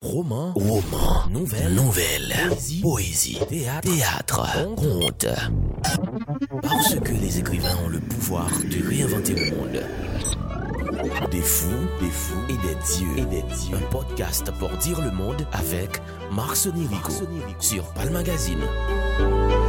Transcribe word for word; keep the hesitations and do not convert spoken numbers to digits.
roman, roman, nouvelle, nouvelle, poésie, poésie, théâtre, théâtre, conte. Parce que les écrivains ont le pouvoir de réinventer le monde. Des fous, des fous et des dieux, et des dieux. Un podcast pour dire le monde avec Marc Sonirico sur Palm Magazine.